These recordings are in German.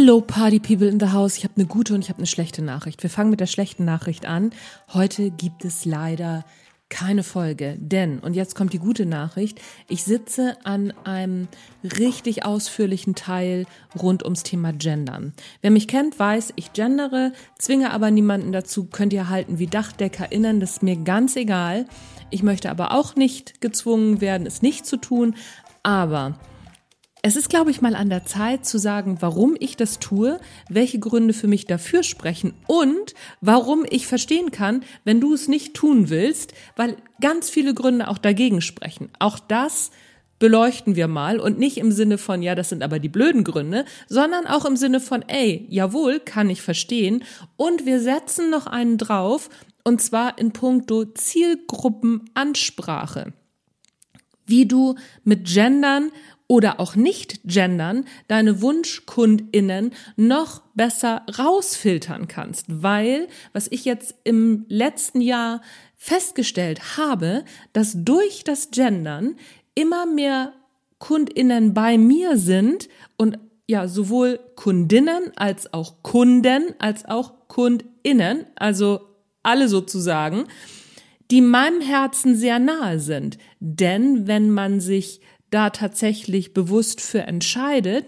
Hallo Party People in the House, ich habe eine gute und ich habe eine schlechte Nachricht. Wir fangen mit der schlechten Nachricht an. Heute gibt es leider keine Folge, denn, und jetzt kommt die gute Nachricht, ich sitze an einem richtig ausführlichen Teil rund ums Thema Gendern. Wer mich kennt, weiß, ich gendere, zwinge aber niemanden dazu, könnt ihr halten wie DachdeckerInnen, das ist mir ganz egal. Ich möchte aber auch nicht gezwungen werden, es nicht zu tun, aber es ist, glaube ich, mal an der Zeit zu sagen, warum ich das tue, welche Gründe für mich dafür sprechen und warum ich verstehen kann, wenn du es nicht tun willst, weil ganz viele Gründe auch dagegen sprechen. Auch das beleuchten wir mal und nicht im Sinne von, ja, das sind aber die blöden Gründe, sondern auch im Sinne von, ey, jawohl, kann ich verstehen. Und wir setzen noch einen drauf, und zwar in puncto Zielgruppenansprache. Wie du mit Gendern oder auch nicht gendern, deine WunschkundInnen noch besser rausfiltern kannst. Weil, was ich jetzt im letzten Jahr festgestellt habe, dass durch das Gendern immer mehr KundInnen bei mir sind und ja, sowohl Kundinnen als auch Kunden als auch KundInnen, also alle sozusagen, die meinem Herzen sehr nahe sind. Denn wenn man sich da tatsächlich bewusst für entscheidet,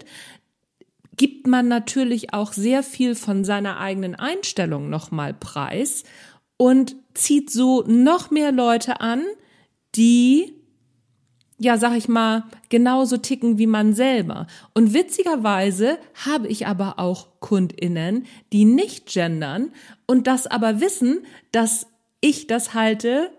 gibt man natürlich auch sehr viel von seiner eigenen Einstellung nochmal preis und zieht so noch mehr Leute an, die, ja, sag ich mal, genauso ticken wie man selber. Und witzigerweise habe ich aber auch KundInnen, die nicht gendern und das aber wissen, dass ich das halte,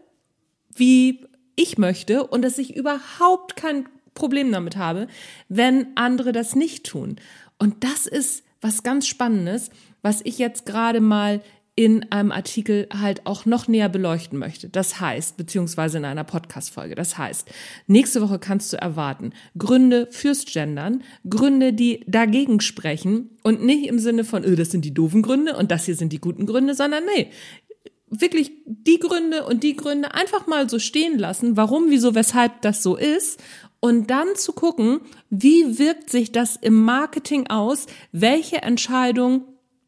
wie ich möchte und dass ich überhaupt kein Problem damit habe, wenn andere das nicht tun. Und das ist was ganz Spannendes, was ich jetzt gerade mal in einem Artikel halt auch noch näher beleuchten möchte. Das heißt, beziehungsweise in einer Podcast-Folge. Das heißt, nächste Woche kannst du erwarten, Gründe fürs Gendern, Gründe, die dagegen sprechen und nicht im Sinne von, das sind die doofen Gründe und das hier sind die guten Gründe, sondern nee, wirklich die Gründe und die Gründe einfach mal so stehen lassen, warum, wieso, weshalb das so ist und dann zu gucken, wie wirkt sich das im Marketing aus, welche Entscheidung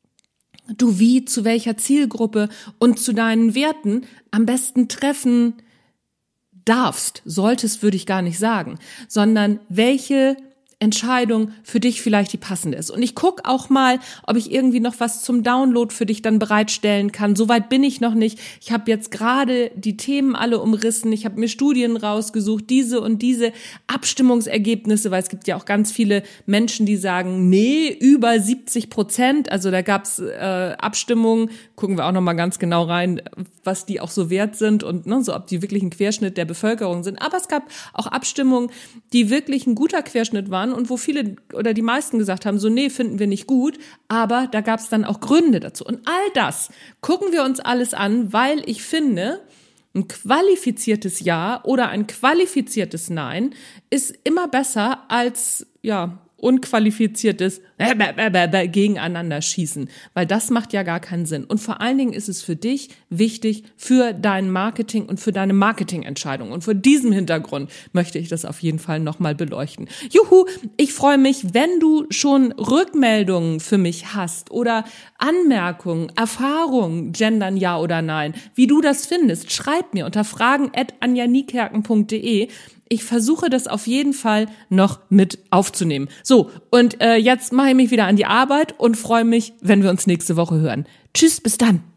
du wie, zu welcher Zielgruppe und zu deinen Werten am besten treffen darfst, solltest, würde ich gar nicht sagen, sondern welche Entscheidung für dich vielleicht die passende ist. Und ich gucke auch mal, ob ich irgendwie noch was zum Download für dich dann bereitstellen kann. Soweit bin ich noch nicht. Ich habe jetzt gerade die Themen alle umrissen. Ich habe mir Studien rausgesucht, diese und diese Abstimmungsergebnisse, weil es gibt ja auch ganz viele Menschen, die sagen, nee, über 70%. Also da gab's Abstimmungen, gucken wir auch noch mal ganz genau rein, was die auch so wert sind und ne, so ob die wirklich ein Querschnitt der Bevölkerung sind. Aber es gab auch Abstimmungen, die wirklich ein guter Querschnitt waren und wo viele oder die meisten gesagt haben, so nee, finden wir nicht gut, aber da gab es dann auch Gründe dazu. Und all das gucken wir uns alles an, weil ich finde, ein qualifiziertes Ja oder ein qualifiziertes Nein ist immer besser als, ja, unqualifiziertes gegeneinander schießen, weil das macht ja gar keinen Sinn. Und vor allen Dingen ist es für dich wichtig, für dein Marketing und für deine Marketingentscheidung. Und vor diesem Hintergrund möchte ich das auf jeden Fall nochmal beleuchten. Juhu, ich freue mich, wenn du schon Rückmeldungen für mich hast oder Anmerkungen, Erfahrungen, gendern ja oder nein, wie du das findest, schreib mir unter fragen@anjaniekerken.de. Ich versuche das auf jeden Fall noch mit aufzunehmen. So, und jetzt mache ich mich wieder an die Arbeit und freue mich, wenn wir uns nächste Woche hören. Tschüss, bis dann.